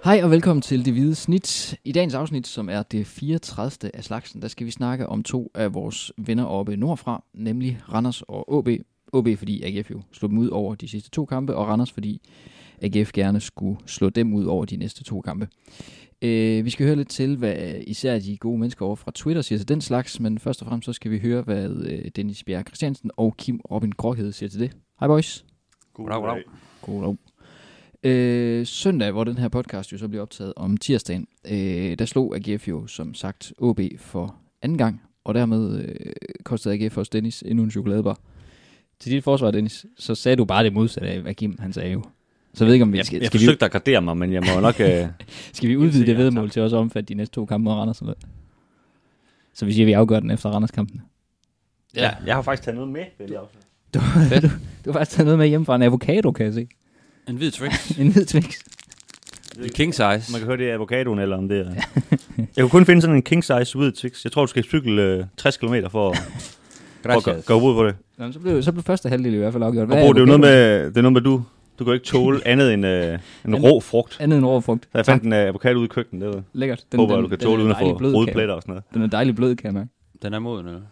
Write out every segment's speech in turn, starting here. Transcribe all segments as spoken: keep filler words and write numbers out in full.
Hej og velkommen til Det Hvide Snit. I dagens afsnit, som er det fireogtredivte af slagsen, der skal vi snakke om to af vores venner oppe nordfra, nemlig Randers og O B. O B fordi A G F jo slog dem ud over de sidste to kampe, og Randers fordi A G F gerne skulle slå dem ud over de næste to kampe. Øh, vi skal høre lidt til, hvad især de gode mennesker over fra Twitter siger til den slags, men først og fremmest så skal vi høre, hvad Dennis Bjerg Christiansen og Kim Robin Gråhed siger til det. Hej boys. Goddag, goddag. Goddag. Øh, søndag, hvor den her podcast jo så bliver optaget om tirsdagen, øh, der slog A G F jo som sagt O B for anden gang, og dermed øh, kostede A G F hos Dennis endnu en chokoladebar. Til dit forsvar, Dennis, så sagde du bare det modsatte af, hvad Kim han sagde jo. Så jeg ved ikke, om vi jeg, skal... Jeg skal forsøgte vi, at gardere mig, men jeg må nok... Øh... skal vi udvide det vedmål til også at omfatte de næste to kampe mod Randers? Eller? Så vi siger, at vi afgør den efter Randers-kampen. Ja, ja, jeg har faktisk taget noget med. Vil jeg du, du, du har faktisk taget noget med hjem fra en avocado, kan jeg se. En hvid Twix. En hvid Twix. I king size. Man kan høre, det er avocadoen, eller om det er... Jeg kunne kun finde sådan en king size hvid Twix. Jeg tror, du skal cykle øh, tres kilometer for, for at gå ud på det. Jamen, så, blev, så blev første halvdel i hvert fald afgjort. Og bro, det er jo noget med, det er noget med, du, du kan ikke tåle andet end øh, en rå frugt. Andet end rå frugt. Så jeg fandt en uh, avocado ude i køkkenet. Det var, lækkert. Den, håber, den, du kan tåle uden at få røde pletter og sådan noget. Den er dejlig blød, kan jeg mærke. Den er moden, eller?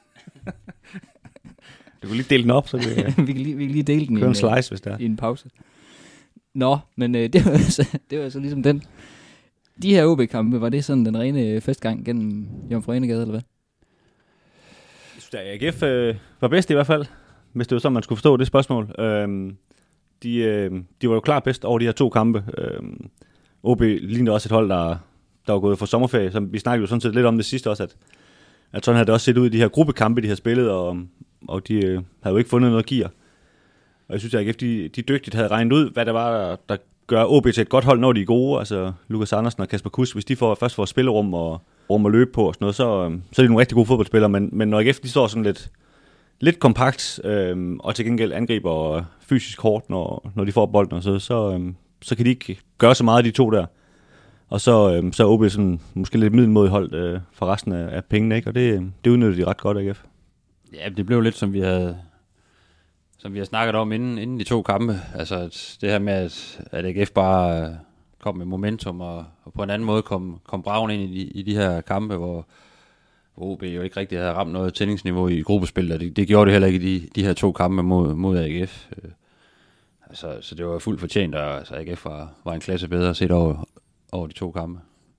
Du kan lige dele den op, så vi, vi, kan, lige, vi kan lige dele den i en, en, slice, hvis det er. i en pause. Nå, men øh, det, var altså, det var altså ligesom den. De her O B-kampe, var det sådan den rene festgang gennem Jomfru Anegade, eller hvad? Jeg synes, at A G F øh, var bedst i hvert fald, hvis det var sådan, man skulle forstå det spørgsmål. Øhm, de, øh, de var jo klart bedst over de her to kampe. Øhm, O B lignede også et hold, der, der var gået for sommerferie. Så vi snakkede jo sådan set lidt om det sidste også, at, at sådan havde det også set ud i de her gruppekampe, de har spillet, og, og de øh, havde jo ikke fundet noget gear. Og jeg synes, at A G F, de, de dygtigt havde regnet ud, hvad der var, der, der gør O B til et godt hold, når de er gode. Altså Lukas Andersen og Kasper Kuss, hvis de får, først får spillerum og rum at løbe på og sådan noget, så, så er de nogle rigtig gode fodboldspillere. Men, men når A G F, de står sådan lidt, lidt kompakt, øhm, og til gengæld angriber fysisk hårdt, når, når de får bolden og så, så, øhm, så kan de ikke gøre så meget af de to der. Og så, øhm, så er O B sådan, måske lidt middelmodigt hold øh, for resten af, af pengene, ikke? Og det, det udnytter de ret godt, A G F. Ja, det blev lidt, som vi havde... Som vi har snakket om inden, inden de to kampe, altså at det her med, at, at A G F bare uh, kom med momentum, og, og på en anden måde kom, kom braven ind i de, i de her kampe, hvor, hvor O B jo ikke rigtig havde ramt noget tændingsniveau i gruppespil, og det, det gjorde det heller ikke i de, de her to kampe mod, mod A G F. Uh, altså, så det var fuldt fortjent, og altså, A G F var, var en klasse bedre set over, over de to kampe.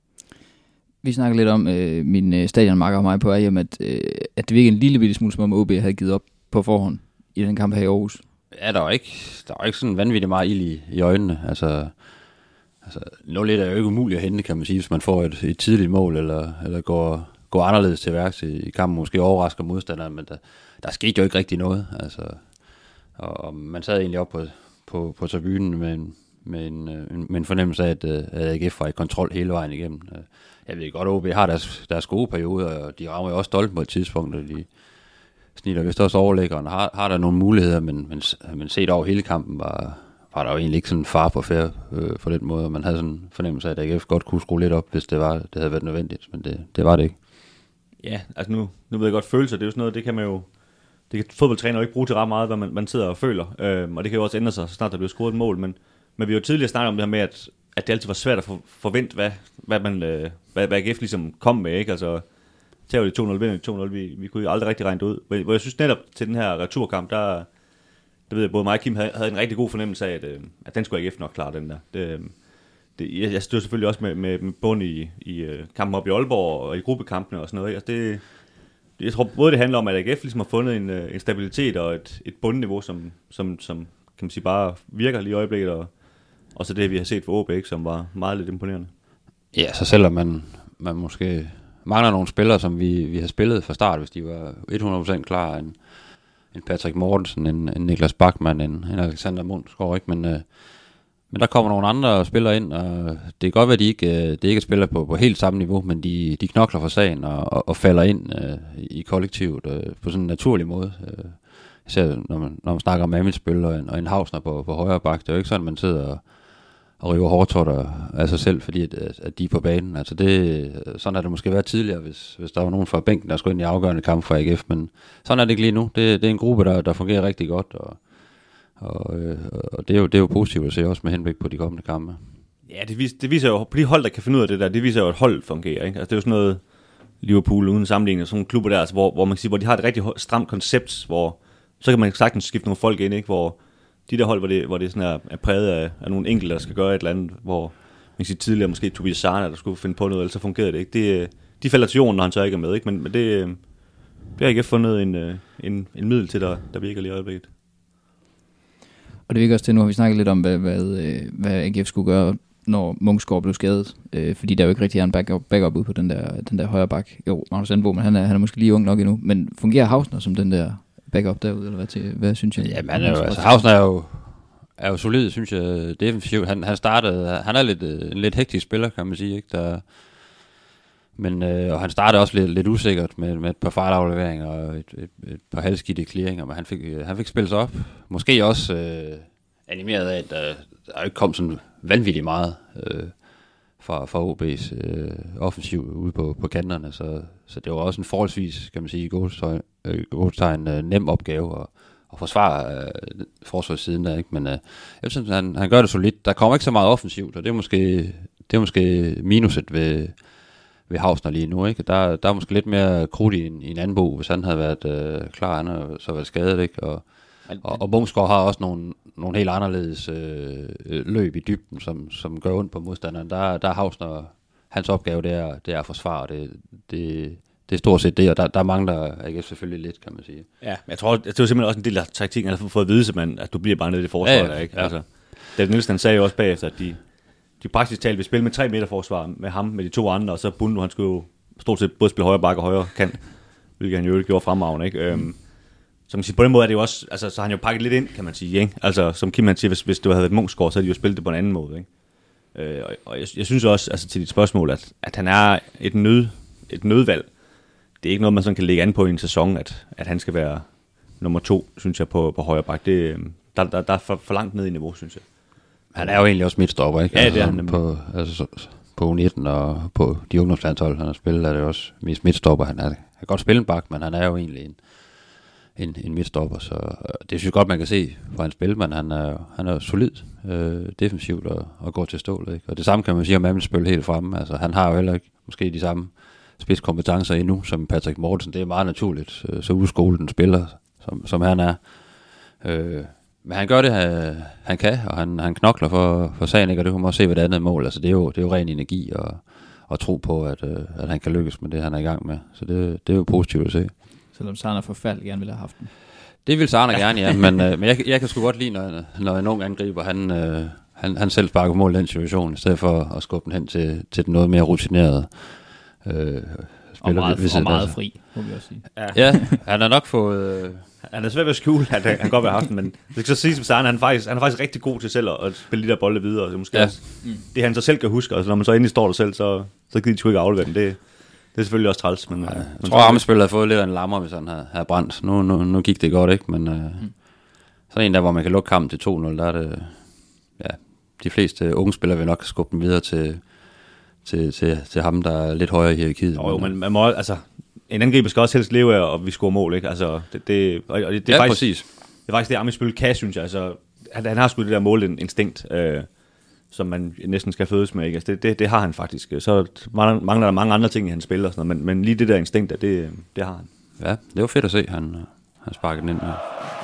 Vi snakker lidt om, øh, min øh, stadionmarker og mig på hjem, at, øh, at det virkede en lille bitte smule, som om O B havde givet op på forhånd i den kamp her i Aarhus. Ja, der var ikke, der var ikke sådan vanvittigt meget ild i, i øjnene. Altså, altså nul et er jo ikke umuligt at hente, kan man sige, hvis man får et, et tidligt mål, eller, eller går, går anderledes til værks i, i kampen, måske overrasker modstanderen, men der, der skete jo ikke rigtig noget. Altså, og, og man sad egentlig op på, på, på tribunen med en, med, en, med en fornemmelse af, at, at A G F var i kontrol hele vejen igennem. Jeg ved godt, at O B har deres, deres gode perioder, og de rammer jo også stolt på et tidspunkt, og de snitter vist også overlæggeren, har, har der nogle muligheder, men, men, men set over hele kampen, var, var der jo egentlig ikke sådan far på færd øh, på den måde, og man havde sådan en fornemmelse af, at A G F godt kunne skrue lidt op, hvis det, var, det havde været nødvendigt, men det, det var det ikke. Ja, altså nu, nu ved jeg godt, følelser, det er jo sådan noget, det kan man jo, det kan fodboldtræner jo ikke bruge til ret meget, hvad man, man sidder og føler, øhm, og det kan jo også ændre sig, så snart der bliver scoret et mål, men, men vi har jo tidligere snakket om det her med, at, at det altid var svært at for, forvente, hvad, hvad, man, øh, hvad, hvad A G F ligesom kom med, ikke? Altså, tager det to nul, vinder to nul, vi, vi kunne aldrig rigtig regne det ud. Men hvor jeg synes netop til den her returkamp, der, der ved jeg, både mig og Kim havde, havde en rigtig god fornemmelse af, at, at den skulle A G F nok klare, den der. Det, det, jeg, jeg stod selvfølgelig også med, med, med bund i, i kampen op i Aalborg og i gruppekampene og sådan noget. Altså det, det, jeg tror både det handler om, at A G F ligesom har fundet en, en stabilitet og et, et bundniveau, som, som, som kan man sige bare virker lige i øjeblikket, og, og så det vi har set for O B, ikke, som var meget lidt imponerende. Ja, så selvom man, man måske mangler nogle spillere, som vi, vi har spillet fra start, hvis de var hundrede procent klar, en, en Patrick Mortensen, en, en Niklas Bachmann, en, en Alexander Mundsgaard, ikke? Men, øh, men der kommer nogle andre spillere ind, og det kan godt være, at de ikke, øh, det ikke er spillere på, på helt samme niveau, men de, de knokler for sagen og, og, og falder ind øh, i kollektivet øh, på sådan en naturlig måde. Øh, især når man, når man snakker om Amitsbøl og en, og en Hausner på, på højre bak, det er jo ikke sådan, man sidder og og river hårdtorter af sig selv, fordi at, at de er på banen. Altså det, sådan har det måske været tidligere, hvis, hvis der var nogen fra bænken, der skulle ind i afgørende kamp for A G F, men sådan er det ikke lige nu. Det, det er en gruppe, der, der fungerer rigtig godt, og, og, og det, er jo, det er jo positivt at se også med henblik på de kommende kampe. Ja, det viser, det viser jo, på de hold, der kan finde ud af det der, det viser jo, at hold fungerer, ikke? Altså, det er jo sådan noget Liverpool uden sammenligning, sådan nogle klubber der, altså, hvor, hvor man kan sige, hvor de har et rigtig stramt koncept, hvor så kan man sagtens skifte nogle folk ind, ikke? Hvor de der hold, hvor det, hvor det sådan er, er præget af, af nogle enkelte, der skal gøre et eller andet, hvor man kan sige tidligere måske Tobias Sana, der skulle finde på noget, ellers så fungerede det ikke. Det, de falder til jorden, når han så ikke er med, ikke? Men, men det, det har ikke fundet en, en, en middel til, der, der virker lige i øjeblikket. Og det virker også til, nu har vi snakket lidt om, hvad, hvad, hvad A G F skulle gøre, når Munksgaard blev skadet, øh, fordi der jo ikke rigtig er en backup, backup ud på den der, den der højre bak. Jo, Magnus Sandbo, men han er, han er måske lige ung nok endnu. Men fungerer Hausner som den der backup derude, eller hvad, til, hvad synes jeg? Jamen, han er jo, altså, Hausner er jo, er jo solid, synes jeg, defensivt. Han, han startede, han er lidt, en lidt hektisk spiller, kan man sige, ikke? Der, men øh, og han startede også lidt, lidt usikkert med, med et par fejlafleveringer og et, et, et par halvskidte clearinger, men han fik, han fik spillet sig op. Måske også øh, animeret af, at der, der ikke kom sådan vanvittigt meget øh, fra, fra O B's øh, offensiv ude på, på kanterne, så, så det var også en forholdsvis, kan man sige, i godstegn øh, nem opgave at, at forsvare øh, forsvarssiden der, ikke? Men øh, jeg synes, han, han gør det solidt. Der kommer ikke så meget offensivt, og det er måske, det er måske minuset ved ved Hausner lige nu, ikke? Der, der er måske lidt mere krudt i en, i en anden bo, hvis han havde været øh, klar, han havde så været skadet, ikke? Og, og, og Munksgaard har også nogle, nogle helt anderledes øh, løb i dybden, som, som gør ondt på modstanderen. Der, der er Hausner, hans opgave, det er, det er at forsvare, det, det, det er stort set det, og der, der mangler A G F selvfølgelig lidt, kan man sige. Ja, jeg tror, det var simpelthen også en del af taktikken, altså for at vide, at, man, at du bliver bare nede i det forsvar, ja, ja, der, ikke? Ja. Altså, David Nielsen sagde jo også bagefter, at de de praktisk talt vil spille med tre meter forsvar med ham, med de to andre, og så Bundu, han skulle jo stort set både spille højre bakke og højre kant, hvilket han jo ikke gjorde fremragende, ikke? Mm. Øhm, så man siger, på den måde er det jo også, altså, så har han jo pakket lidt ind, kan man sige, ikke? Altså, som Kim han siger, hvis, hvis det havde været Munksgaard, så havde de jo spillet det på en anden måde, ikke? Øh, og og jeg, jeg synes også, altså til dit spørgsmål, at, at han er et, nød, et nødvalg. Det er ikke noget, man sådan kan lægge an på i en sæson, at, at han skal være nummer to, synes jeg, på, på højre bakke. Det, der, der, der er for, for langt ned i niveau, synes jeg. Han er jo egentlig også midtstopper, ikke? Ja, det er han. På, altså, på U nitten og på de ungdomslandshold, han har spillet, er det også mest midtstopper. Han er, han kan godt spille en bak, men han er jo egentlig en, en, en midtstopper, så det synes jeg godt, man kan se fra hans spil, men han er, han er solid øh, defensivt og, og går til stålet, ikke? Og det samme kan man sige om Amelsbøl helt fremme. Altså, han har jo heller ikke måske de samme spidskompetencer endnu som Patrick Mortensen. Det er meget naturligt, så udskolet en spiller, som, som han er. Øh, Men han gør det, han kan, og han, han knokler for, for sagen, ikke? Og det kunne man også se ved det andet mål. Altså, det er jo, det er jo ren energi og, og tro på, at, at han kan lykkes med det, han er i gang med. Så det, det er jo positivt at se. Selvom Sarna forfærdelig gerne ville have haft den. Det vil Sarna gerne, ja. Men, men jeg, jeg kan sgu godt lide, når, når en ung angriber, han, han, han selv sparker mål i den situation, i stedet for at skubbe den hen til, til den noget mere rutinerede øh, spiller. Og meget, hvis, og meget fri, må vi også sige. Ja, ja, han har nok fået... Øh, Han er svært ved at skjule, at han, han godt vil have haft den, men det skal så sige, at Sarna, han, faktisk, han er faktisk rigtig god til selv at spille de der bolde videre. Så måske ja. også, mm. det han så selv kan huske, og så når man så endelig står der selv, så, så gider de sgu ikke aflevere den. Det, det er selvfølgelig også træls. Men, ja, jeg men tror, at Amelsbøl havde fået lidt af en lammer, hvis han havde, havde brændt. Nu, nu, nu gik det godt, ikke? Men øh, mm. sådan en der, hvor man kan lukke kampen til to nul, der er det... Ja, de fleste unge spillere vil nok skubbe dem videre til, til, til, til ham, der er lidt højere i hierarkiet. Jo, jo, men man må... Altså, en angriber skal også helst leve af, og vi scorer mål, ikke? Altså, det, det, og det, det er ja, faktisk, præcis. Det er faktisk det, Amelsbøl kan, synes jeg. Altså, han, han har sgu det der målinstinkt, øh, som man næsten skal fødes med, ikke? Altså, det, det, det har han faktisk. Så mangler der mange andre ting i hans spil og sådan noget, men, men lige det der instinkt, det, det har han. Ja, det var fedt at se, han, han sparkede den ind med.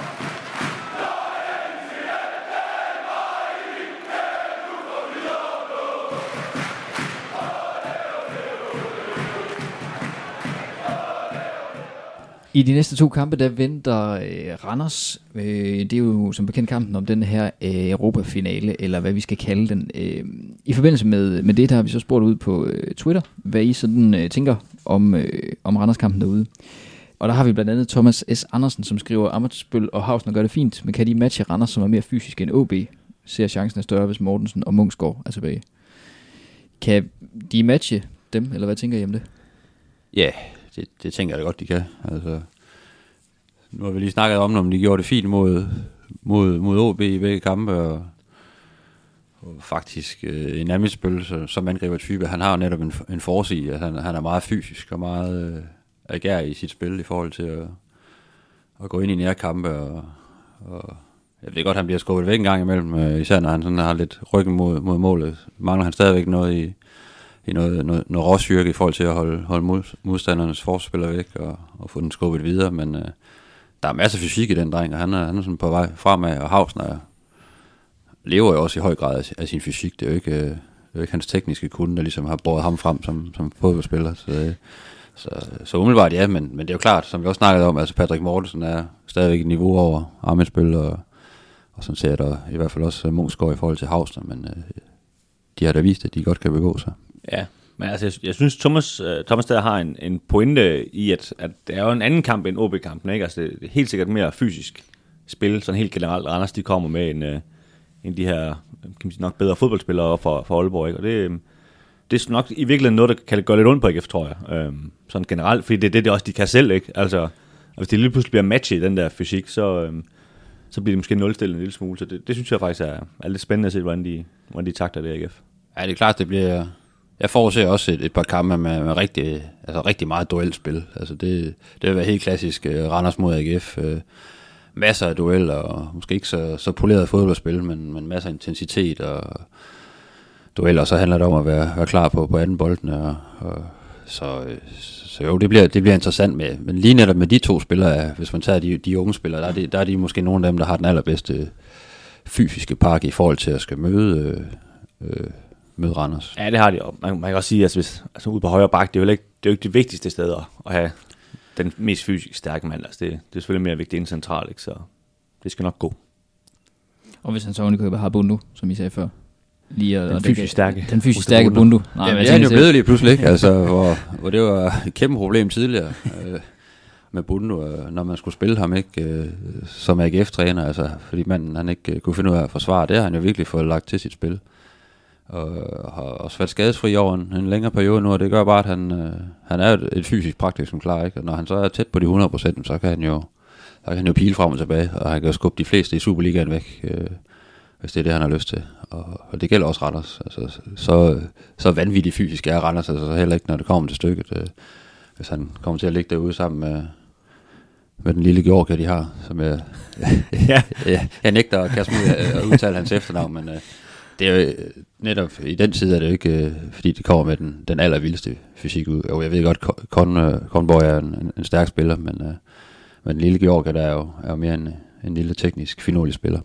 I de næste to kampe, der venter øh, Randers. Øh, det er jo som bekendt kampen om den her øh, Europa-finale, eller hvad vi skal kalde den. Øh, I forbindelse med, med det, der har vi så spurgt ud på øh, Twitter, hvad I sådan øh, tænker om, øh, om Randers-kampen derude. Og der har vi blandt andet Thomas S. Andersen, som skriver, Amelsbøl og Hausner gør det fint, men kan de matche Randers, som er mere fysisk end O B? Ser chancen er større, hvis Mortensen og Munksgaard er tilbage. Kan de matche dem, eller hvad tænker I om det? Ja, yeah. Det, det tænker jeg da godt, de kan. Altså, nu har vi lige snakket om, om de gjorde det fint mod, mod, mod O B i begge kampe, og, og faktisk øh, en Amelsbøl, som angriber type, han har netop en, en forsig, at han, han er meget fysisk og meget øh, agerig i sit spil i forhold til at, at gå ind i nærkampe og, og Jeg ved godt, han bliver skubbet væk en gang imellem, øh, især når han sådan har lidt ryggen mod, mod målet. Mangler han stadigvæk noget i, i noget, noget, noget råstyrke i forhold til at holde, holde mod, modstandernes forspillere væk og, og få den skubbet videre, men øh, der er masser af fysik i den dreng, og han er, han er sådan på vej fremad, og Hausner lever jo også i høj grad af, af sin fysik. Det er jo ikke, øh, det er jo ikke hans tekniske kunde, der ligesom har båret ham frem som, som fodboldspiller, så, øh, så, så umiddelbart ja, men, men det er jo klart, som vi også snakkede om, altså Patrick Mortensen er stadigvæk et niveau over Ammitzbøll, og Og sådan ser der i hvert fald også Munchsgaard i forhold til Hausner, men øh, de har da vist, at de godt kan begå sig. Ja, men altså jeg, jeg synes, Thomas, uh, Thomas der har en, en pointe i, at, at det er jo en anden kamp end O B-kampen, ikke? Altså det er helt sikkert mere fysisk spil, sådan helt generelt. Randers, de kommer med en, uh, en de her, kan man sige, nok bedre fodboldspillere for, for Aalborg, ikke? Og det, det er nok i virkeligheden noget, der kan gøre lidt ondt på A G F, tror jeg. Um, sådan generelt, fordi det er det, det også de kan selv, ikke? Altså, hvis det lige pludselig bliver matchet i den der fysik, så... Um, så bliver det måske nulstillet en lille smule. Så det, det synes jeg faktisk er, er lidt spændende at se, hvordan de, hvordan de takter det, A G F. Ja, det er klart, det bliver... Jeg forudser også et, et par kampe med, med rigtig, altså rigtig meget duelspil. Altså det, det vil være helt klassisk uh, Randers mod A G F. Uh, masser af dueller, og måske ikke så, så poleret fodboldspil, men, men masser af intensitet og dueller. Så handler det om at være, være klar på, på anden boldene. Og, og, så, så jo, det bliver, det bliver interessant med. Men lige netop med de to spillere, hvis man tager de, de unge spillere, der er, de, der er de måske nogle af dem, der har den allerbedste fysiske pakke i forhold til at skal møde, øh, møde Randers. Ja, det har de. Man, man kan også sige, at hvis, altså ude på højre bak, det er jo ikke det, er jo ikke det vigtigste sted at have den mest fysisk stærke mand. Altså det, det er selvfølgelig mere vigtigt end centralt, ikke? Så det skal nok gå. Og hvis han så ovenikøbet har Bundu, som I sagde før. Lige den fysisk stærke. Den fysisk stærke Bundu. Nej, ja, men det er han jo blevet lige pludselig, ikke? Altså, hvor, hvor det var et kæmpe problem tidligere øh, med Bundu, øh, når man skulle spille ham, ikke? Øh, som A G F-træner, altså, fordi manden han ikke øh, kunne finde ud af at forsvare. Det har han jo virkelig fået lagt til sit spil. Og har også været skadesfri over en, en længere periode nu, og det gør bare, at han, øh, han er et, et fysisk praktisk som klar, ikke? Og når han så er tæt på de hundrede procent, så kan han jo, så kan han jo pile frem og tilbage, og han kan skubbe de fleste i Superligaen væk, øh, hvis det er det, han har lyst til. Og, og det gælder også Randers. Altså, så, så vanvittigt fysisk er Randers, altså heller ikke, når det kommer til stykket. Øh, hvis han kommer til at ligge derude sammen med, med den lille Georgia, de har, som jeg, ja. jeg, jeg nægter at kaste mig ud at udtale hans efternavn, men øh, det er jo netop i den side er det jo ikke, øh, fordi det kommer med den, den allervildeste fysik ud. Og jeg ved godt, Kornborg er en, en, en stærk spiller, men, øh, men den lille Georgia, der er jo, er jo mere en, en lille teknisk finurlig spiller.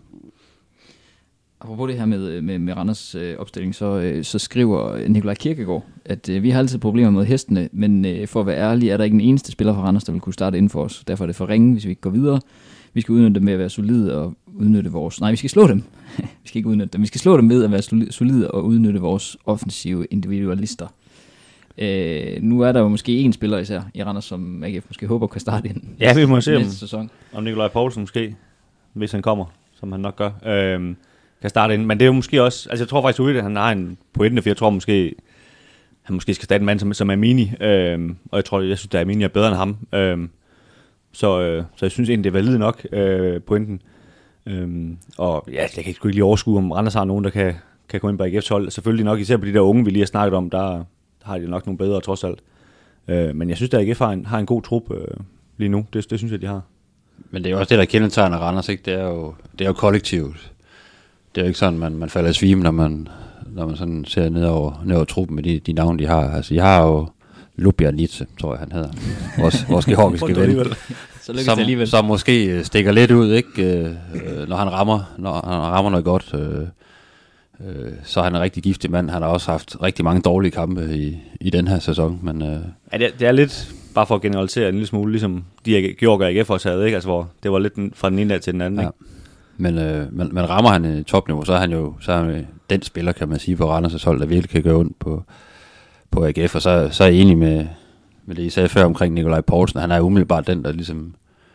Apropos det her med, med, med Randers øh, opstilling, så, øh, så skriver Nikolaj Kirkegaard, at øh, vi har altid problemer med hestene, men øh, for at være ærlig, er der ikke en eneste spiller fra Randers, der vil kunne starte inden for os. Derfor er det for ringe, hvis vi ikke går videre. Vi skal udnytte dem med at være solide og udnytte vores... Nej, vi skal slå dem. vi skal ikke udnytte dem. Vi skal slå dem ved at være solide og udnytte vores offensive individualister. Øh, nu er der jo måske en spiller især i Randers, som A G F måske håber kan starte ind. Ja, vi må se om, sæson. om Nikolaj Poulsen måske, hvis han kommer, som han nok gør. Øh, kan starte ind, men det er jo måske også, altså jeg tror faktisk ude, at han har en pointe, for jeg tror måske, han måske skal starte en mand som, som Amini, øhm, og jeg tror, jeg synes, at Amini er bedre end ham, øhm, så, øh, så jeg synes egentlig, det er valid nok, øh, pointen, øhm, og ja, jeg kan ikke lige overskue, om Randers har nogen, der kan, kan komme ind på A G F's hold, selvfølgelig nok, især på de der unge, vi lige har snakket om, der, der har de nok nogle bedre, trods alt, øh, men jeg synes, at A G F har en, har en god trup øh, lige nu, det, det synes jeg, de har. Men det er jo også det, der kendetegner Randers, ikke? Det er jo, det er jo kollektivt. Det er jo ikke sådan, man, man falder i svime, når man, når man sådan ser ned over, ned over truppen med de, de navne, de har. Altså, jeg har jo Ljubianice, tror jeg, han hedder. Vores, vores georgiske ven. Som, som måske stikker lidt ud, ikke? Øh, når han rammer, når han rammer noget godt. Øh, øh, så er han en rigtig giftig mand. Han har også haft rigtig mange dårlige kampe i, i den her sæson. Men, øh, ja, det, det er lidt, bare for at generalisere en lille smule, ligesom de Georgia og A G F også havde, ikke? Altså, hvor det var lidt fra den ene dag til den anden, ja. Ikke? Men, øh, men, men rammer han i topniveau, så er han jo, så er han jo den spiller, kan man sige, på Randers' hold, der virkelig kan gøre ondt på, på A G F. Og så, så er jeg enig med, med det, I sagde før omkring Nikolaj Poulsen. Han er umiddelbart den, der ligesom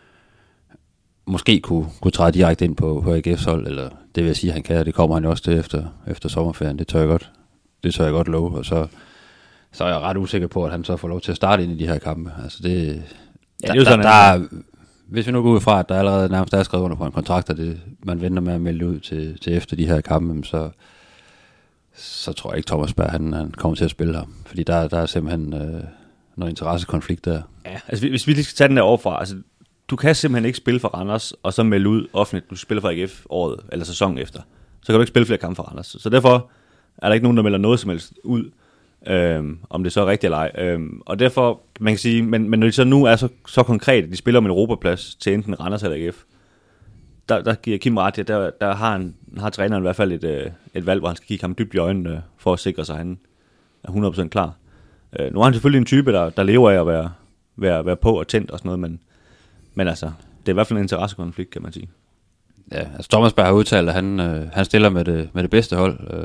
måske kunne, kunne træde direkte ind på, på A G F's hold, eller det vil jeg sige, han kan, og det kommer han jo også til efter, efter sommerferien. Det tør jeg godt, det tør jeg godt love, og så, så er jeg ret usikker på, at han så får lov til at starte ind i de her kampe. Altså det, ja, det er jo sådan, der, der, der hvis vi nu går ud fra, at der allerede nærmest er skrevet under på en kontrakt, og det, man venter med at melde ud til, til efter de her kampe, så, så tror jeg ikke, Thomas Berg han, han kommer til at spille ham. Fordi der, der er simpelthen øh, noget interessekonflikt der. Ja, altså hvis vi lige skal tage den der overfra, altså du kan simpelthen ikke spille for Randers, og så melde ud offentligt, du spiller for A G F året, eller sæsonen efter. Så kan du ikke spille flere kampe for Randers. Så derfor er der ikke nogen, der melder noget som helst ud, øhm, om det så er rigtigt eller ej. Øhm, og derfor, man kan sige, men, men når de så nu er så, så konkret, at de spiller om en Europaplads til enten Randers eller A G F, der, der giver Kim ret, ja, der, der har, han, har træneren i hvert fald et, et valg, hvor han skal kigge ham dybt i øjnene, for at sikre sig, at han er hundrede procent klar. Øh, nu er han selvfølgelig en type, der, der lever af at være, være, være på og tændt og sådan noget, men, men altså, det er i hvert fald en interessekonflikt, kan man sige. Ja, altså Thomasberg har udtalt, at han, øh, han stiller med det, med det bedste hold, øh,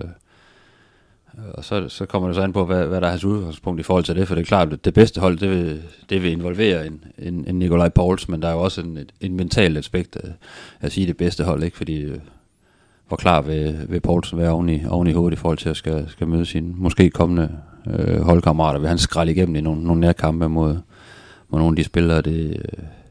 og så, så kommer det så an på, hvad, hvad der er hans udgangspunkt i forhold til det, for det er klart, at det bedste hold, det vil, det vil involvere en, en, en Nikolaj Poulsen, men der er jo også en, et, en mental aspekt af at sige det bedste hold, ikke? Fordi øh, hvor klar vil, vil Poulsen være oven i, oven i hovedet i forhold til at skal, skal møde sine måske kommende øh, holdkammerater, vil han skralde igennem i nogle, nogle nærkampe mod, mod nogle af de spillere, det, øh,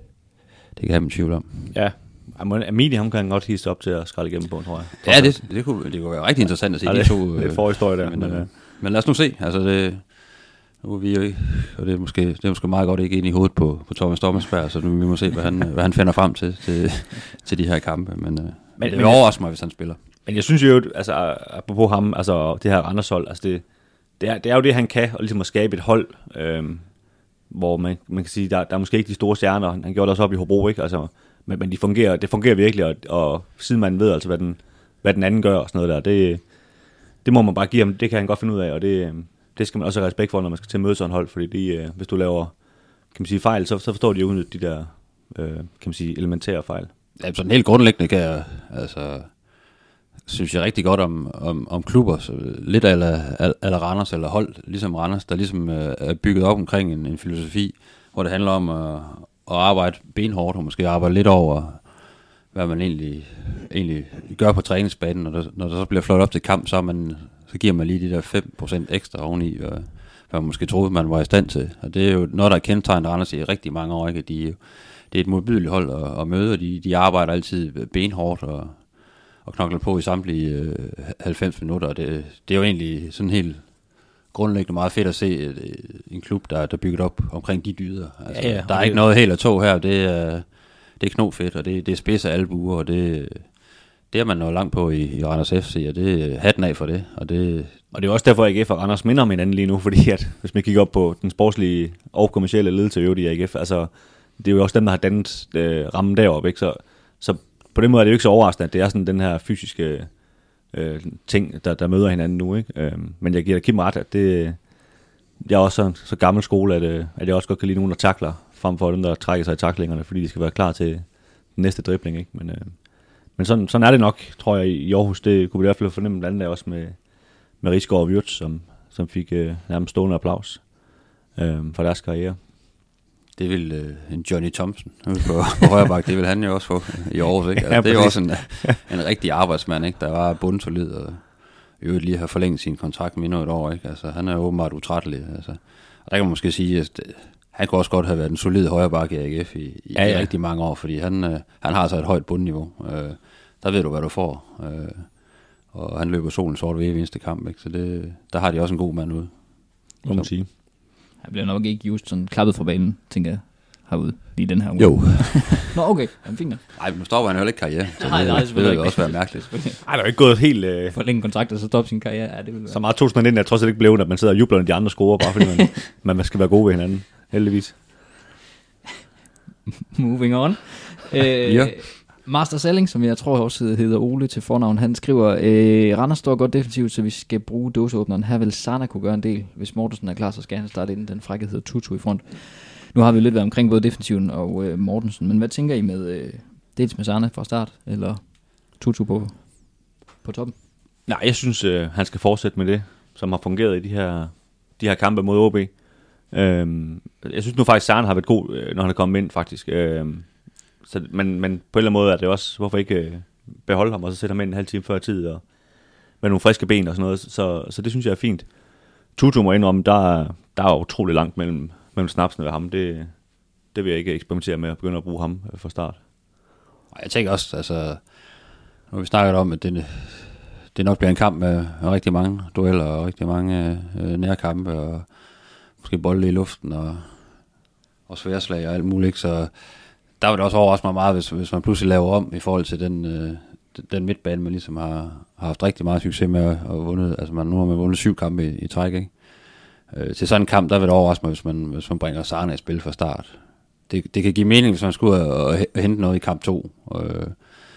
det kan have en tvivl om. Ja. Amini, ham kan han godt hisse op til at skralde igennem på, tror jeg. Ja, det, det, kunne, det kunne være rigtig interessant at se ja, de det, to. Det er forhistorie der. Men, men, øh, men lad os nu se. Altså det, nu er vi jo ikke, og det er måske, det er måske meget godt ikke ind i hovedet på, på Thomas Thomasberg, så nu vi må se, hvad han, hvad han finder frem til, til, til de her kampe. Men, øh, men det vil overraske mig, hvis han spiller. Men jeg synes jo, altså apropos ham, altså det her Randershold, altså det, det, er, det er jo det, han kan, og ligesom at skabe et hold, øh, hvor man, man kan sige, der, der er måske ikke de store stjerner. Han gjorde det også op i Hobro, ikke? Altså, men, men de fungerer, det fungerer virkelig, og, og siden man ved altså, hvad den, hvad den anden gør og sådan noget der, det, det må man bare give ham, det kan han godt finde ud af, og det, det skal man også have respekt for, når man skal til at møde sådan et hold, fordi de, hvis du laver, kan man sige, fejl, så, så forstår de jo de der, øh, kan man sige, elementære fejl. Ja, sådan helt grundlæggende kan jeg, altså, synes jeg rigtig godt om, om, om klubber, så lidt eller, eller Randers, eller hold, ligesom Randers, der ligesom øh, er bygget op omkring en, en filosofi, hvor det handler om at, at arbejde benhårdt, og måske arbejde lidt over, hvad man egentlig, egentlig gør på træningsbanen. Når der, når der så bliver flot op til kamp, så, man, så giver man lige de der fem procent ekstra oveni, hvad, hvad man måske troede, man var i stand til. Og det er jo noget, der er kendetegnet Randers i rigtig mange år, ikke? De, det er et modbydeligt hold at, at møde, og de, de arbejder altid benhårdt og, og knokler på i samtlige øh, halvfems minutter. Og det, det er jo egentlig sådan helt grundlæggende meget fedt at se et, en klub, der, der er bygget op omkring de dyder. Altså, ja, ja, der er ikke noget helt at tog her. Det er, det er knofedt, og det, det er spids af albuer, og det, det er man nået langt på i, i Randers F C, og det er hatten af for det. Og det, og det er også derfor, at A G F og Randers minder om hinanden lige nu, fordi at, hvis man kigger op på den sportslige og kommercielle ledelse i A G F, altså, det er jo også dem, der har dannet øh, rammen deroppe, ikke? Så, så på den måde er det jo ikke så overraskende, at det er sådan den her fysiske øh, ting, der, der møder hinanden nu, ikke? Øh, men jeg giver dig Kim ret, at det, jeg er også så, så gammel skole, at, øh, at jeg også godt kan lide nogen, der takler, frem for dem, der trækker sig i taklingerne, fordi de skal være klar til den næste dribling, ikke? Men, øh, men sådan, sådan er det nok, tror jeg, i Aarhus. Det kunne vi i hvert fald fornemme blandt andet også med, med Rigsgaard og Wirtz, som, som fik øh, nærmest stående applaus øh, for deres karriere. Det vil øh, en Johnny Thompson på, på højre bak, det vil han jo også få i Aarhus, ikke? Altså, ja, det er jo også en, en rigtig arbejdsmand, ikke? Der var bundsolid og i øvrigt lige har forlænget sin kontrakt med endnu et år, ikke? Altså, han er åbenbart utrættelig. Altså. Og der kan man måske sige, at han kunne også godt have været en solid højre bak i A G F i, i ja, ja. rigtig mange år, fordi han, øh, han har så et højt bundniveau. Øh, der ved du, hvad du får. Øh, og han løber solen sort ved i eneste kamp, ikke? Så det, der har de også en god mand ude. Må man sige. Han bliver nok ikke just sådan klappet fra banen, tænker jeg, herude lige den her uge. Jo. Nå, okay. Han fint. Nej, men nu stopper han jo ikke karriere, så nej, det, nej, det vil jo også være mærkeligt. Nej, der er jo ikke gået helt... Øh... Forlænge kontrakt og så stoppe sin karriere. Ja, det vil være. Så meget to tusind nitten er trods alt ikke blevet, at man sidder og jubler, når de andre scorer, bare fordi man, man skal være gode ved hinanden. Heldigvis. Moving on. Øh, ja. Master Selling, som jeg tror også hedder Ole til fornavn, han skriver, øh, Randers står godt defensivt, så vi skal bruge dåseåbneren. Her vil Sana kunne gøre en del. Hvis Mortensen er klar, så skal han starte inden den frække hedder Tutu i front. Nu har vi lidt været omkring både defensiven og øh, Mortensen, men hvad tænker I med, øh, dels med Sana fra start, eller Tutu på, på toppen? Nej, jeg synes, øh, han skal fortsætte med det, som har fungeret i de her, de her kampe mod O B. Øhm, jeg synes nu faktisk, Sana har været god, øh, når han er kommet ind, faktisk. Øhm, så, men, men på en eller anden måde er det også, hvorfor ikke øh, beholde ham, og så sætte ham ind en halv time før tid, og med nogle friske ben og sådan noget. Så, så det synes jeg er fint. Tutu må indrømme, der, der er utrolig langt mellem, mellem snapsene ved ham. Det, det vil jeg ikke eksperimentere med at begynde at bruge ham fra start. Jeg tænker også, altså, når vi snakker om, at det, det nok bliver en kamp med, med rigtig mange dueller og rigtig mange øh, nærkampe, og måske bolde i luften og, og sværslag og alt muligt, så der var det også overraske mig meget, hvis, hvis man pludselig laver om i forhold til den, øh, den midtbane, man ligesom har, har haft rigtig meget succes med at vundet. Altså man, nu har man vundet syv kampe i, i træk, ikke? Øh, til sådan en kamp, der vil det overraske mig, hvis man, hvis man bringer Sana i spil fra start. Det, det kan give mening, hvis man skulle og, og hente noget i kamp to. Øh,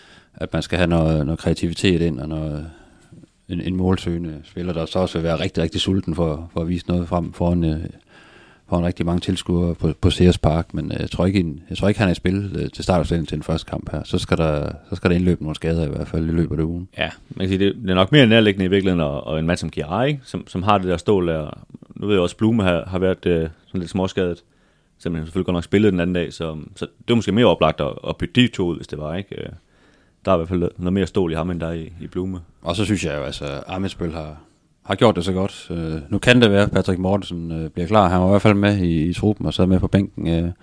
at man skal have noget, noget kreativitet ind, og noget, en, en målsøgende spiller, der så også vil være rigtig, rigtig sulten for, for at vise noget frem foran, øh, foran rigtig mange tilskuere på, på Sears Park. Men øh, jeg, tror ikke, jeg tror ikke, han er i spil øh, til startopstillingen til den første kamp her. Så skal, der, så skal der indløbe nogle skader i hvert fald i løbet af ugen. Ja, man kan sige, det, det er nok mere nærliggende i virkeligheden, og, og en mand som Kiara, ikke? Som, som har det der stål der. Nu ved jeg også, at Blume har, har været øh, sådan lidt småskadet. Så man selvfølgelig godt nok spillet den anden dag, så, så det var måske mere oplagt at, at bytte de to ud, hvis det var, ikke? Der er i hvert fald noget mere stål i ham, end der i, i Blume. Og så synes jeg jo, altså, Ammitzbøll har, har gjort det så godt. Uh, nu kan det være, at Patrick Mortensen uh, bliver klar. Han var i hvert fald med i, i truppen og sad med på bænken uh,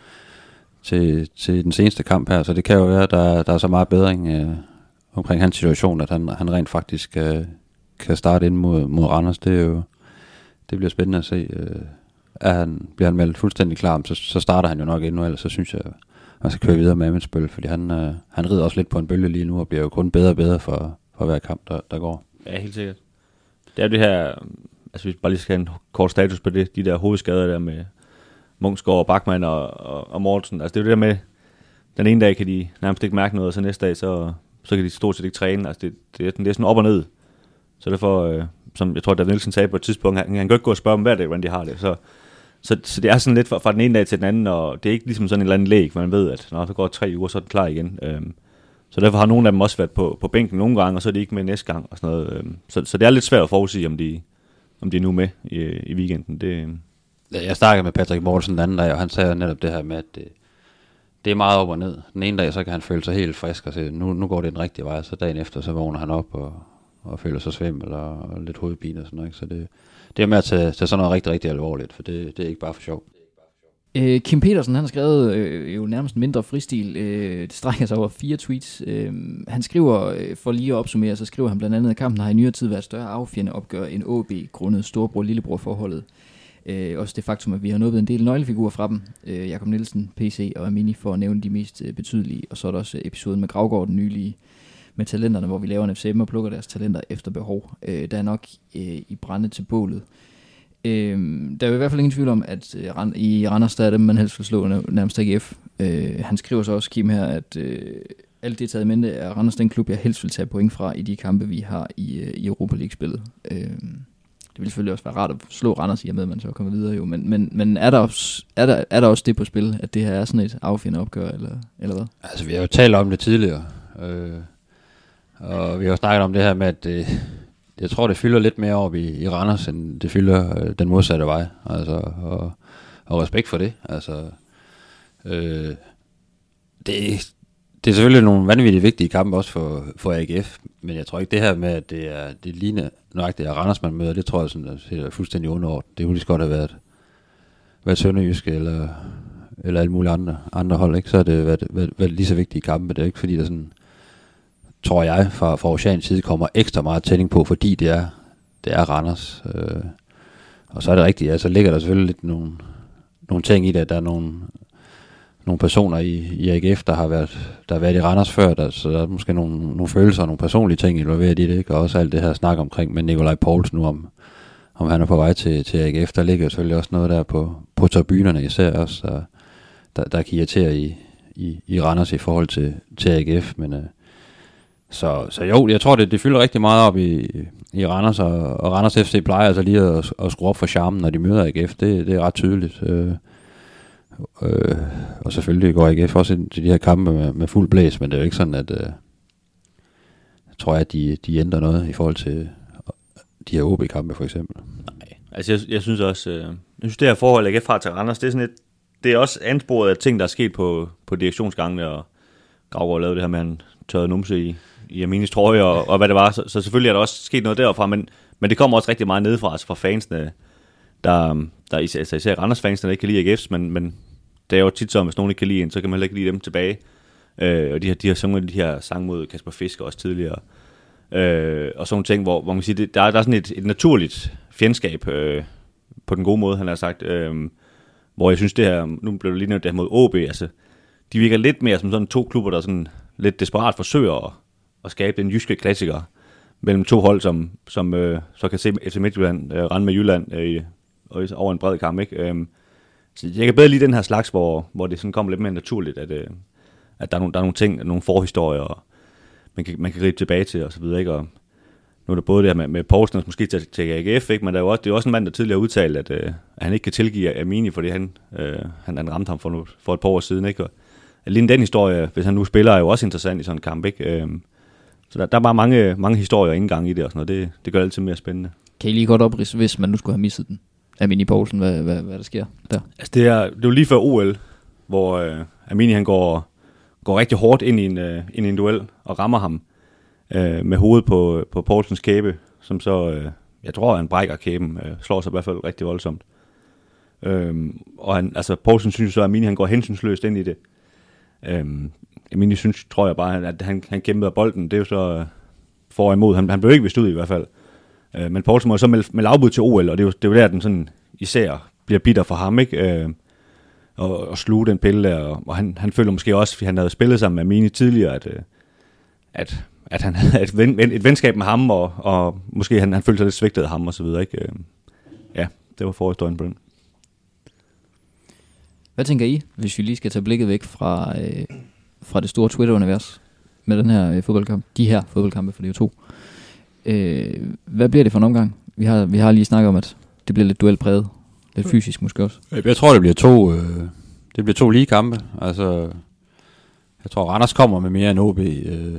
til, til den seneste kamp her, så det kan jo være, at der, der er så meget bedring uh, omkring hans situation, at han, han rent faktisk uh, kan starte ind mod, mod Randers. Det, er jo, det bliver spændende at se. Uh, er han, bliver han meldt fuldstændig klar, så, så starter han jo nok endnu, ellers så synes jeg, man skal køre videre med Ammitzbøll, fordi han, øh, han rider også lidt på en bølge lige nu, og bliver jo kun bedre og bedre for, for hver kamp, der, der går. Ja, helt sikkert. Det er jo det her, altså hvis vi bare lige skal have en kort status på det, de der hovedskader der med Munksgaard, Bachmann og, og, og Mortensen, altså det er jo det der med, den ene dag kan de nærmest ikke mærke noget, og så næste dag, så, så kan de stort set ikke træne, altså det, det, det er sådan op og ned, så derfor, øh, som jeg tror, David Nielsen sagde på et tidspunkt, han, han kan ikke gå og spørge dem hver dag, hvordan de har det, så Så, så det er sådan lidt fra, fra den ene dag til den anden, og det er ikke ligesom sådan en eller anden læg, man ved, at når så går tre uger, så er den klar igen. Øhm, så derfor har nogle af dem også været på, på bænken nogle gange, og så er de ikke med næste gang og sådan noget. Øhm, så, så det er lidt svært at forudsige, om de, om de er nu med i, i weekenden. Det, Jeg snakkede med Patrick Mortensen den anden dag, og han sagde netop det her med, at det, det er meget op og ned. Den ene dag, så kan han føle sig helt frisk og sige, nu, nu går det den rigtige vej, så dagen efter, så vågner han op og, og føler sig svimmel og, og lidt hovedpine og sådan noget. Så det, det er med at tage, tage sådan noget rigtig, rigtig alvorligt, for det, det er ikke bare for sjov. Øh, Kim Petersen, han har skrevet øh, jo nærmest mindre fristil. Øh, det strækker sig over fire tweets. Øh, han skriver, øh, for lige at opsummere, så skriver han blandt andet, at kampen har i nyere tid været større affjende opgør end O B grundet storebror-lillebror-forholdet. Øh, også det faktum, at vi har nået en del nøglefigurer fra dem. Øh, Jakob Nielsen, P C og Amini, for at nævne de mest øh, betydelige. Og så er der også episoden med Gravgaard, den nylige, med talenterne, hvor vi laver en F C M og plukker deres talenter efter behov. Øh, der er nok øh, i brænde til bålet. Øh, der er jo i hvert fald ingen tvivl om, at øh, i Randers, der er dem, man helst vil slå nærmest A G F. Øh, han skriver så også, Kim her, at øh, alt det taget i mente er Randers den klub, jeg helst vil tage point fra i de kampe, vi har i, øh, i Europa League-spillet. Øh, det vil selvfølgelig også være rart at slå Randers i og med, at man så kommer videre jo. Men, men, men er, der også, er, der, er der også det på spil, at det her er sådan et affjende opgør, eller, eller hvad? Altså, vi har jo talt om det tidligere. Øh, og vi har jo snakket om det her med, at det, jeg tror, det fylder lidt mere op i, i Randers, end det fylder øh, den modsatte vej. Altså, og, og respekt for det. Altså, øh, det, det er selvfølgelig nogle vanvittigt vigtige kampe også for, for A G F, men jeg tror ikke det her med, at det er det ligner nok det er Randers, man møder, det tror jeg sådan, det er fuldstændig underordnet. Det kunne lige så godt have været, været Sønderjyske eller, eller alle mulige andre, andre hold, ikke? Så har det været, været, været lige så vigtige kampe. Det er ikke fordi, der sådan, tror jeg, fra, fra Oceans side kommer ekstra meget tænding på, fordi det er, det er Randers. Øh, og så er det rigtigt, ja, så ligger der selvfølgelig lidt nogle, nogle ting i det, at der er nogle, nogle personer i, i A G F, der har været, der har været i Randers før, der, så der er måske nogle, nogle følelser og nogle personlige ting involveret i det, ikke? Og også alt det her snak omkring med Nikolaj Poulsen nu, om, om han er på vej til, til A G F. Der ligger selvfølgelig også noget der på, på tribunerne især også, der, der, der kan irritere i, i, i Randers i forhold til, til A G F, men øh, Så, så jo, jeg tror, det, det fylder rigtig meget op i, i Randers, og, og Randers F C plejer altså lige at, at skrue op for charmen, når de møder A G F. Det, det er ret tydeligt. Øh, øh, og selvfølgelig går A G F også ind til de her kampe med, med fuld blæs, men det er jo ikke sådan, at øh, jeg tror, at de, de ændrer noget i forhold til de her O B-kampe for eksempel. Nej, altså jeg, jeg synes også, øh, jeg synes det her forhold, A G F har til Randers, det er sådan et, det er også ansporet af ting, der er sket på, på direktionsgangene, og Gravgaard lavede det her med, at han tørrede numse i i Aminis trøje, og, og hvad det var, så, så selvfølgelig er der også sket noget derfra, men, men det kommer også rigtig meget nedefra, altså fra fansene, der, der især, altså især Randers fansene, der ikke kan lide A G F's, men, men det er jo tit så, hvis nogen ikke kan lide en, så kan man heller ikke lide dem tilbage, øh, og de har, de har sunget de her sang mod Kasper Fisk også tidligere, øh, og sådan nogle ting, hvor, hvor man kan sige, det, der, der er sådan et, et naturligt fjendskab, øh, på den gode måde, han har sagt, øh, hvor jeg synes det her, nu blev det lige nævnt det her mod O B, altså, de virker lidt mere som sådan to klubber, der sådan lidt desperat forsøger at, at skabe den jyske klassiker mellem to hold, som, som øh, så kan se F C Midtjylland øh, rende med Jylland øh, over en bred kamp, ikke? Øhm, så jeg kan bedre lide den her slags, hvor, hvor det sådan kommer lidt mere naturligt, at, øh, at der, er nogle, der er nogle ting, nogle forhistorier, og man kan, man kan gribe tilbage til, og så videre, ikke? Og nu er der både det her med, med Poulsen, måske til, til A G F, ikke? Men der er jo også, det er også en mand, der tidligere udtalte, at, øh, at han ikke kan tilgive Amini, fordi han, øh, han, han ramte ham for, nu, for et par år siden, ikke? Og lige den historie, hvis han nu spiller, er jo også interessant i sådan en kamp, ikke? Øhm, så der, der er bare mange, mange historier og indgang i det, og sådan noget. Det, det gør det altid mere spændende. Kan I lige godt opridse, hvis man nu skulle have misset den? Amini Poulsen, hvad, hvad, hvad der sker der? Altså det er, det er jo lige før O L, hvor øh, Amini han går, går rigtig hårdt ind i en, øh, ind i en duel og rammer ham øh, med hovedet på, på Poulsens kæbe, som så, øh, jeg tror, han brækker kæben, øh, slår sig i hvert fald rigtig voldsomt. Øh, og han, altså Poulsen synes så, at Amini han går hensynsløst ind i det. Øh, Amini synes, tror jeg bare, at han, han kæmpede af bolden, det er jo så øh, for og imod. Han, han blev ikke vist ud i hvert fald. Øh, men Poulsen må så melde, melde afbud til O L, og det er jo, det er jo der, den sådan især bliver bitter for ham, ikke? Øh, og, og sluge den pille der, og, og han, han føler måske også, fordi han havde spillet sammen med Amini tidligere, at, øh, at, at han havde et, ven, et venskab med ham, og, og måske han, han følte sig lidt svigtet af ham, og så videre, ikke? Øh, ja, det var forhistorien på den. Hvad tænker I, hvis vi lige skal tage blikket væk fra, øh, fra det store Twitter-univers med den her øh, fodboldkamp, de her fodboldkampe, for det er jo to. Øh, hvad bliver det for en omgang? Vi har, vi har lige snakket om, at det bliver lidt duelpræget. Lidt fysisk måske også. Jeg tror, det bliver to, øh, det bliver to lige kampe. Altså, jeg tror, Randers kommer med mere end O B øh,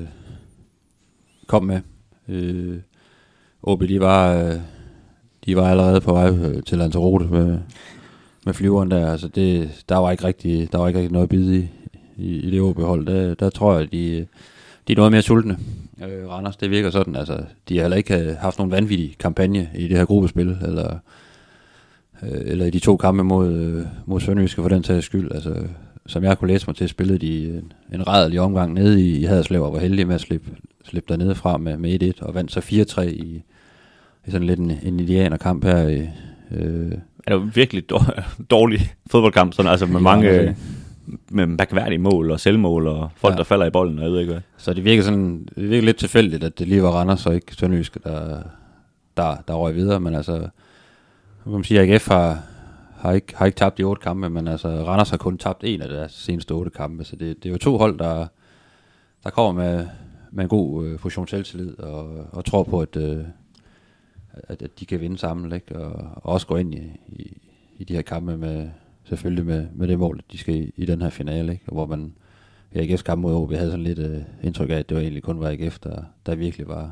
kom med. Øh, O B, de var, øh, de var allerede på vej øh, til Lanzarote med, med flyveren der. Altså, det, der var ikke rigtig, der var ikke rigtig noget at bide i, i, i det O B-hold. Der, der tror jeg, de, de er noget mere sultne. Øh, Randers, det virker sådan. Altså, de har heller ikke haft nogen vanvittig kampagne i det her gruppespil, eller eller i de to kampe mod, mod Sønderjyske for den tages skyld. Altså, som jeg kunne læse mig til, spillede de en, en rædderlig omgang nede i, i Haderslev, og var heldige med at slippe, slippe dernede fra med, med et et, og vandt så fire tre i, i sådan lidt en, en indianerkamp her. I, øh. Det er jo virkelig dårlig fodboldkamp, sådan, altså med mange med mærkværdige mål og selvmål, og folk, ja. Der falder i bolden, og jeg ved ikke hvad. Så det virker, sådan, det virker lidt tilfældigt, at det lige var Randers og ikke Sønderjyske, der, der, der røg videre, men altså kan man sige, at A G F har, har, ikke, har ikke tabt de otte kampe, men altså Randers har kun tabt en af deres seneste otte kampe, så det, det er jo to hold, der, der kommer med, med en god øh, portion selvtillid, og, og tror på, at, øh, at, at de kan vinde sammen, ikke? Og, og også gå ind i, i, i de her kampe med, selvfølgelig med, med det mål, at de skal i, i den her finale, ikke? Hvor man i A G F's kamp mod O B havde sådan lidt øh, indtryk af, at det var egentlig kun var A G F, der, der virkelig var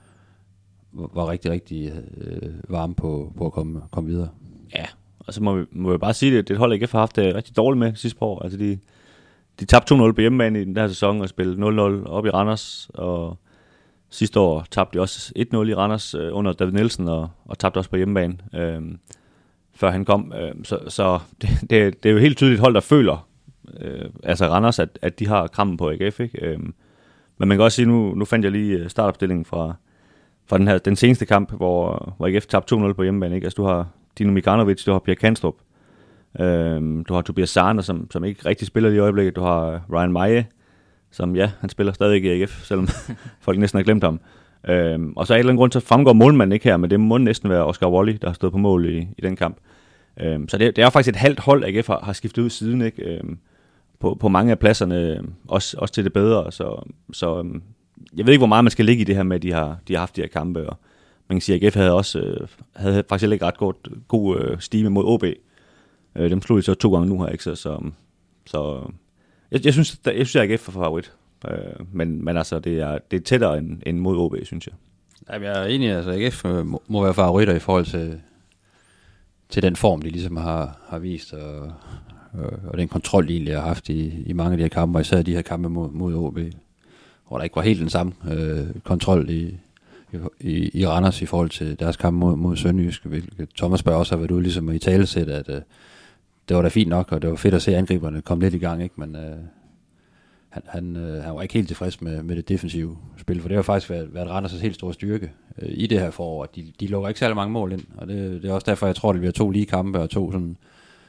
var rigtig, rigtig øh, varme på, på at komme, komme videre. Ja, og så må vi, må vi bare sige, at det er et hold, A G F har haft det rigtig dårligt med sidste par år. Altså de, de tabte to nul på hjemmebane i den der sæson, og spillede nul nul op i Randers, og sidste år tabte de også et nul i Randers øh, under David Nielsen, og, og tabte også på hjemmebane, øh, før han kom. Øh, så så det, det, det er jo helt tydeligt et hold, der føler, øh, altså Randers, at, at de har krammen på A G F, ikke? Øh, men man kan også sige, nu, nu fandt jeg lige startopstillingen fra fra den her den seneste kamp, hvor, hvor A G F tabte to nul på hjemmebane, ikke? Altså du har Dino Mikanovic, du har Pierre Kanstrup, øhm, du har Tobias Sarner, som, som ikke rigtig spiller i øjeblikket, du har Ryan Maje, som ja, han spiller stadig i A G F, selvom folk næsten har glemt ham. Øhm, og så af en eller anden grund, så fremgår målmanden ikke her, men det må næsten være Oscar Wally, der har stået på mål i, i den kamp. Øhm, så det, det er faktisk et halvt hold, A G F har, har skiftet ud siden, ikke? Øhm, på, på mange af pladserne, også, også til det bedre, så, så øhm, jeg ved ikke, hvor meget man skal ligge i det her med, at de har, de har haft de her kampe, og man kan sige, at A G F havde også øh, havde faktisk ikke ret godt, god øh, stime mod O B. Øh, dem slog de så to gange nu her, ikke? Så, så, så jeg, jeg synes, der, jeg synes, at A G F er favorit, øh, men, men altså, det er, det er tættere end, end mod O B, synes jeg. Jamen, jeg er enig, altså A G F må, må være favoritter i forhold til, til den form, de ligesom har, har vist, og, og, og den kontrol, de egentlig har haft i, i mange af de her kampe, og især de her kampe mod, mod O B, hvor der ikke var helt den samme øh, kontrol i, i, i Randers i forhold til deres kamp mod, mod Sønderjyske, hvilket Thomas Berg også har været ude ligesom i talesæt, at øh, det var da fint nok, og det var fedt at se angriberne komme lidt i gang, ikke? Men øh, han, han, øh, han var ikke helt tilfreds med, med det defensive spil, for det har faktisk været, været Randers' helt store styrke øh, i det her forår. De, de lukker ikke særlig mange mål ind, og det, det er også derfor, jeg tror, det bliver to lige kampe og to sådan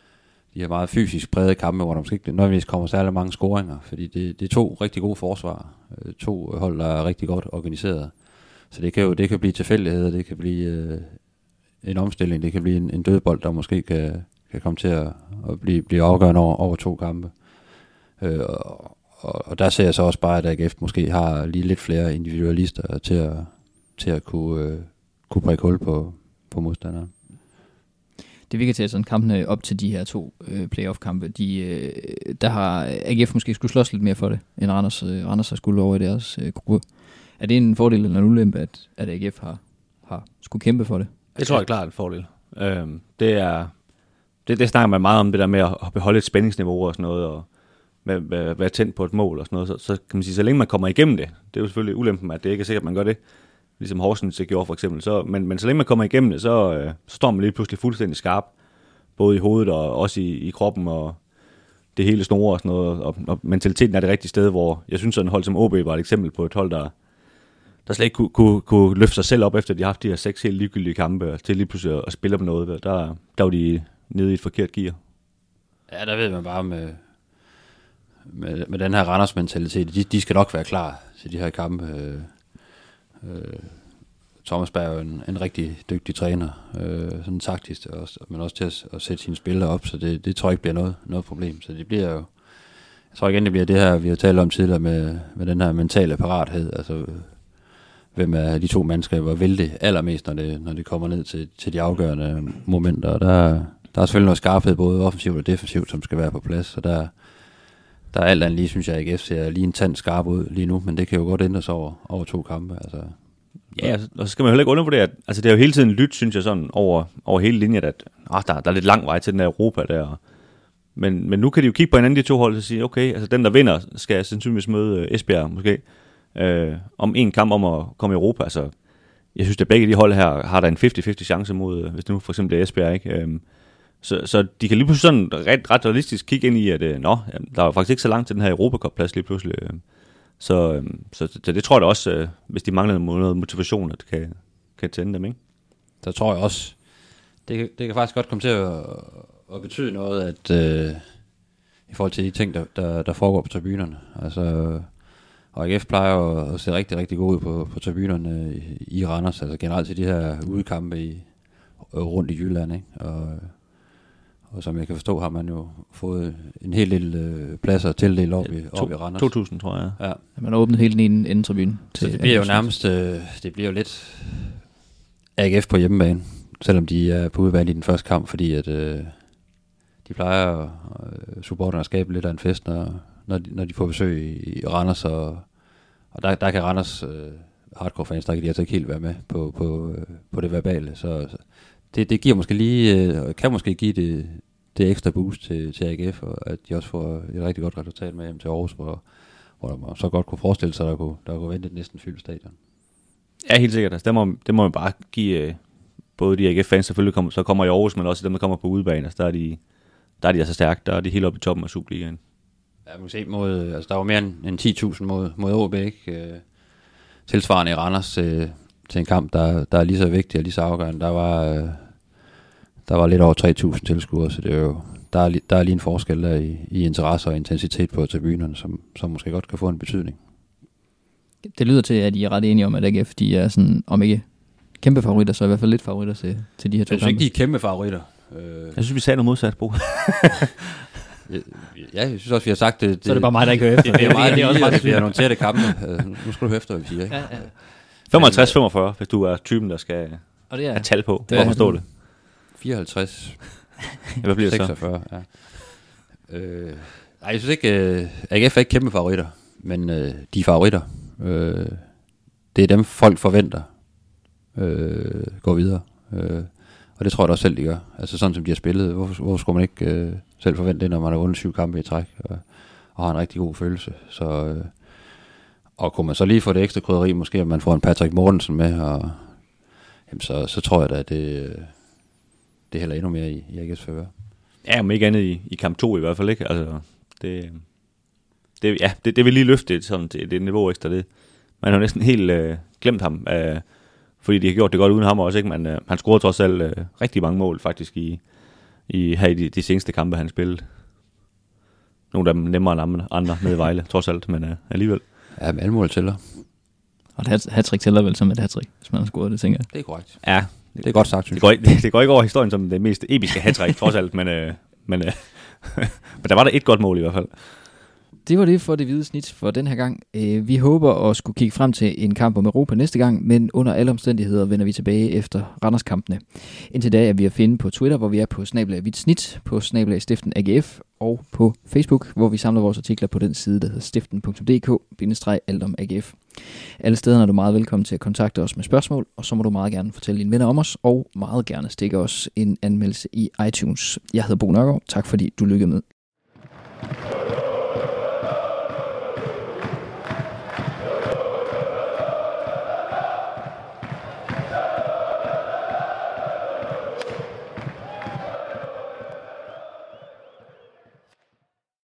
de her meget fysisk prægede kampe, hvor der måske ikke nødvendigvis kommer særlig mange scoringer, fordi det, det er to rigtig gode forsvar, øh, to hold, der er rigtig godt organiseret. Så det kan jo det kan blive tilfældigheder, det kan blive øh, en omstilling, det kan blive en, en dødbold, der måske kan, kan komme til at, at blive, blive afgørende over, over to kampe. Øh, og, og, og der ser jeg så også bare, at A G F måske har lige lidt flere individualister til at, til at kunne, øh, kunne brække hul på, på modstanderen. Det virker til, at sådan kampene op til de her to øh, playoff-kampe, de, øh, der har A G F måske skulle slås lidt mere for det, end Randers, øh, Randers har skulle over i deres øh, gruppe. Er det en fordel eller en ulempe, at, at A G F har, har skulle kæmpe for det? Det tror jeg klart er en fordel. Øhm, det er det, det snakker man meget om, det der med at beholde et spændingsniveau og sådan noget, og med, med, være tændt på et mål og sådan noget. Så, så kan man sige, så længe man kommer igennem det, det er jo selvfølgelig ulempen, at det ikke er sikkert, at man gør det, ligesom Horsens gjorde for eksempel. Så, men, men så længe man kommer igennem det, så, øh, så står man lige pludselig fuldstændig skarp, både i hovedet og også i, i kroppen, og det hele snore og sådan noget, og, og mentaliteten er det rigtige sted, hvor jeg synes, at en hold som O B var et eksempel på et hold, der, der slet ikke kunne, kunne, kunne løfte sig selv op, efter de har haft de her seks helt ligegyldige kampe, til lige pludselig at, at spille på noget. Der, der var de nede i et forkert gear. Ja, der ved man bare med, med, med den her Randers-mentalitet, de, de skal nok være klar til de her kampe. Øh, øh, Thomas Berg er jo en, en rigtig dygtig træner, øh, sådan taktisk, også, men også til at, at sætte sine spillere op, så det, det tror jeg ikke bliver noget, noget problem. Så det bliver jo, jeg tror igen, det bliver det her, vi har talt om tidligere med, med den her mentale parathed, altså hvem af de to mandskaber vil det allermest, når det, når det kommer ned til, til de afgørende momenter. Og der, der er selvfølgelig noget skarphed, både offensivt og defensivt, som skal være på plads, så der, der er alt andet lige, synes jeg, at A G F ser lige en tand skarp ud lige nu, men det kan jo godt ændres over, over to kampe, altså. Ja, og så skal man jo heller ikke undervurdere, at altså, det er jo hele tiden lyt, synes jeg, sådan over, over hele linjen, at ah, der, der er lidt lang vej til den der Europa der. Men, men nu kan de jo kigge på hinanden, de to hold, og sige, okay, altså den, der vinder, skal sandsynligvis møde Esbjerg måske, øh, om en kamp om at komme i Europa. Altså, jeg synes, at begge de hold her har der en halvtreds halvtreds chance mod, hvis det nu for eksempel er Esbjerg, ikke? Øh, så, så de kan lige pludselig sådan ret, ret realistisk kigge ind i, at øh, nå, der er faktisk ikke så langt til den her Europacup-plads lige pludselig. Øh. Så, så, så det tror jeg da også, hvis de mangler noget motivation, at det kan, kan tænde dem, ikke? Så tror jeg også, det kan, det kan faktisk godt komme til at, at betyde noget, at øh, i forhold til de ting, der, der, der foregår på tribunerne. Altså, og A G F plejer at, at se rigtig, rigtig god ud på, på tribunerne i, i Randers, altså generelt til de her udekampe i, rundt i Jylland, ikke? Og, og som jeg kan forstå, har man jo fået en hel del øh, pladser tildelt op, i, op i Randers. to tusind, tror jeg. Ja. Man har åbnet hele den ene endetribune. Så det bliver jo nærmest, øh, det bliver jo lidt A G F på hjemmebane, selvom de er på udebane i den første kamp, fordi at øh, de plejer øh, supporterne at skabe lidt af en fest, når, når, de, når de får besøg i, i Randers, og, og der, der kan Randers øh, hardcore-fans, der kan de altså ikke helt være med på, på, øh, på det verbale, så, så det, det giver måske lige, øh, kan måske give det, det ekstra boost til, til A G F, og at de også får et rigtig godt resultat med hjem til Aarhus, hvor, hvor man så godt kunne forestille sig, at der kunne, der kunne vente et næsten fyldt stadion. Ja, helt sikkert. Altså, det, må, det må man bare give øh, både de A G F-fans, selvfølgelig kommer, så kommer i Aarhus, men også dem, der kommer på udebane. Altså, der er de, der er de altså stærkt. Der er de helt oppe i toppen af Superligaen. Ja, man kan se mod, altså der var mere end, end ti tusind mod, mod O B, ikke? Øh, tilsvarende i Randers øh, til en kamp, der, der er lige så vigtig og lige så afgørende. Der var, øh, der var lidt over tre tusind tilskuere, så det er jo, der, er, der er lige en forskel der i, i interesse og intensitet på tribunerne, som, som måske godt kan få en betydning. Det lyder til, at I er ret enige om, at A G F, de er sådan, om ikke kæmpe favoritter, så i hvert fald lidt favoritter til, til de her to kampe. Jeg synes ikke, de er kæmpe favoritter. Øh... Jeg synes, vi sagde noget modsat, Bo. Ja, jeg synes også, vi har sagt det. det så er det bare mig, der ikke hører efter. Det, det er meget lige, at vi har nogle tætte kampe. Nu skal du høre efter, hvad vi siger. Ikke? Ja, ja. femoghalvtreds femogfyrre, hvis du er typen, der skal og det er, have tal på. Det er, forstå det. fireoghalvtreds Hvad bliver det så? seksogfyrre, ja. Øh, nej, jeg synes ikke, uh, A G F er ikke kæmpe favoritter, men uh, de er favoritter. Uh, det er dem, folk forventer uh, går videre. Uh, og det tror jeg da også selv, de gør. Altså sådan, som de har spillet. Hvorfor, hvorfor skulle man ikke uh, selv forvente det, når man har vundet syv kampe i træk, og, og har en rigtig god følelse. Så, uh, og kunne man så lige få det ekstra krydderi, måske at man får en Patrick Mortensen med, og, jamen, så, så tror jeg da, at det, det hælder endnu mere i, i A G F's favør. Ja, om ikke andet i, i kamp to i hvert fald, ikke? Altså, det, det, ja, det, det vil lige løfte det, sådan, det, det niveau ekstra. Det. Man har næsten helt øh, glemt ham, øh, fordi de har gjort det godt uden ham også, ikke? Man, øh, han scorede trods alt øh, rigtig mange mål faktisk i, i, her i de, de seneste kampe, han spillede. Nogle af dem nemmere end andre nede i Vejle, trods alt, men uh, alligevel. Ja, men alle mål tæller. Og et hat-trick tæller vel som et hat-trick, hvis man har scoret det, tænker jeg. Det er korrekt. Ja. Det er godt sagt, synes det går, det, det går ikke over historien som det mest episke hat-trick, trods alt, men, uh, men, uh, men der var der et godt mål i hvert fald. Det var det for det hvide snit for den her gang. Vi håber at skulle kigge frem til en kamp om Europa næste gang, men under alle omstændigheder vender vi tilbage efter Randers-kampene. Indtil da er vi at finde på Twitter, hvor vi er på snabel-a hvidt snit, på snabel-a stiften A G F og på Facebook, hvor vi samler vores artikler på den side, der hedder stiften punktum d k bindestreg alt om A G F. Alle steder er du meget velkommen til at kontakte os med spørgsmål, og så må du meget gerne fortælle dine venner om os, og meget gerne stikke os en anmeldelse i iTunes. Jeg hedder Bo Nørgaard. Tak fordi du lyttede med.